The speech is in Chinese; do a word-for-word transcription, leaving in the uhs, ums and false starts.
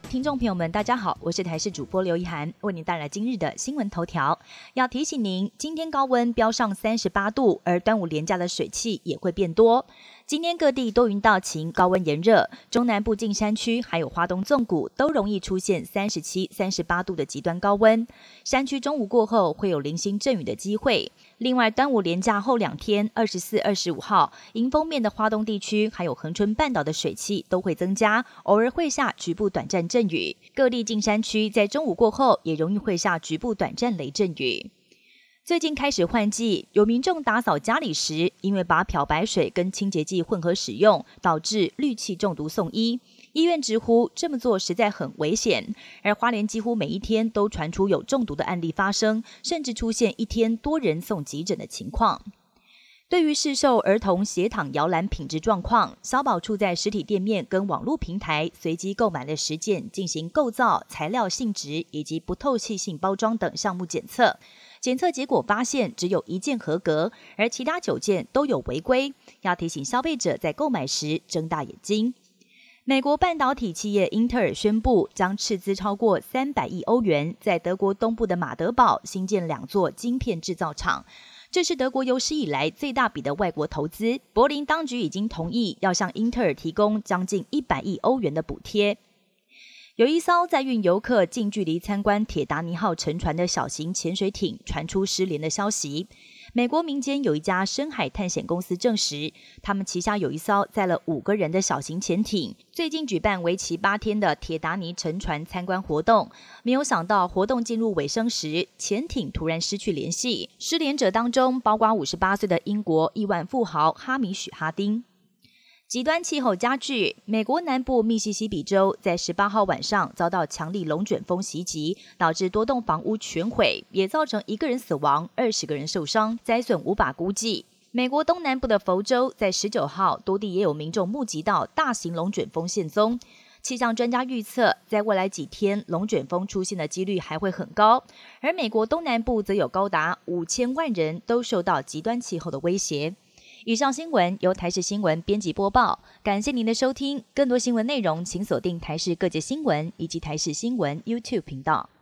听众朋友们大家好，我是台视主播刘一涵，为您带来今日的新闻头条。要提醒您，今天高温飙上三十八度，而端午连假的水汽也会变多。今天各地多云到晴，高温炎热，中南部近山区还有花东纵谷都容易出现三十七、三十八度的极端高温。山区中午过后会有零星阵雨的机会。另外，端午连假后两天，二十四、二十五号，迎风面的花东地区还有恒春半岛的水汽都会增加，偶尔会下局部短暂阵雨。各地近山区在中午过后也容易会下局部短暂雷阵雨。最近开始换季，有民众打扫家里时，因为把漂白水跟清洁剂混合使用，导致氯气中毒送医。医院直呼这么做实在很危险，而花莲几乎每一天都传出有中毒的案例发生，甚至出现一天多人送急诊的情况。对于市售儿童血糖摇篮品质状况，消保处在实体店面跟网络平台随机购买了十件进行构造、材料性质以及不透气性包装等项目检测，检测结果发现只有一件合格，而其他九件都有违规，要提醒消费者在购买时睁大眼睛。美国半导体企业英特尔宣布，将斥资超过三百亿欧元，在德国东部的马德堡新建两座晶片制造厂。这是德国有史以来最大笔的外国投资，柏林当局已经同意要向英特尔提供将近一百亿欧元的补贴。有一艘载运游客近距离参观铁达尼号沉船的小型潜水艇传出失联的消息。美国民间有一家深海探险公司证实，他们旗下有一艘载了五个人的小型潜艇，最近举办为期八天的铁达尼沉船参观活动。没有想到活动进入尾声时，潜艇突然失去联系，失联者当中包括五十八岁的英国亿万富豪哈米许哈丁。极端气候加剧，美国南部密西西比州在十八号晚上遭到强力龙卷风袭击，导致多栋房屋全毁，也造成一个人死亡，二十个人受伤，灾损无法估计。美国东南部的佛州在十九号多地也有民众目击到大型龙卷风现踪。气象专家预测，在未来几天龙卷风出现的几率还会很高，而美国东南部则有高达五千万人都受到极端气候的威胁。以上新闻由台视新闻编辑播报，感谢您的收听。更多新闻内容请锁定台视各界新闻以及台视新闻 YouTube 频道。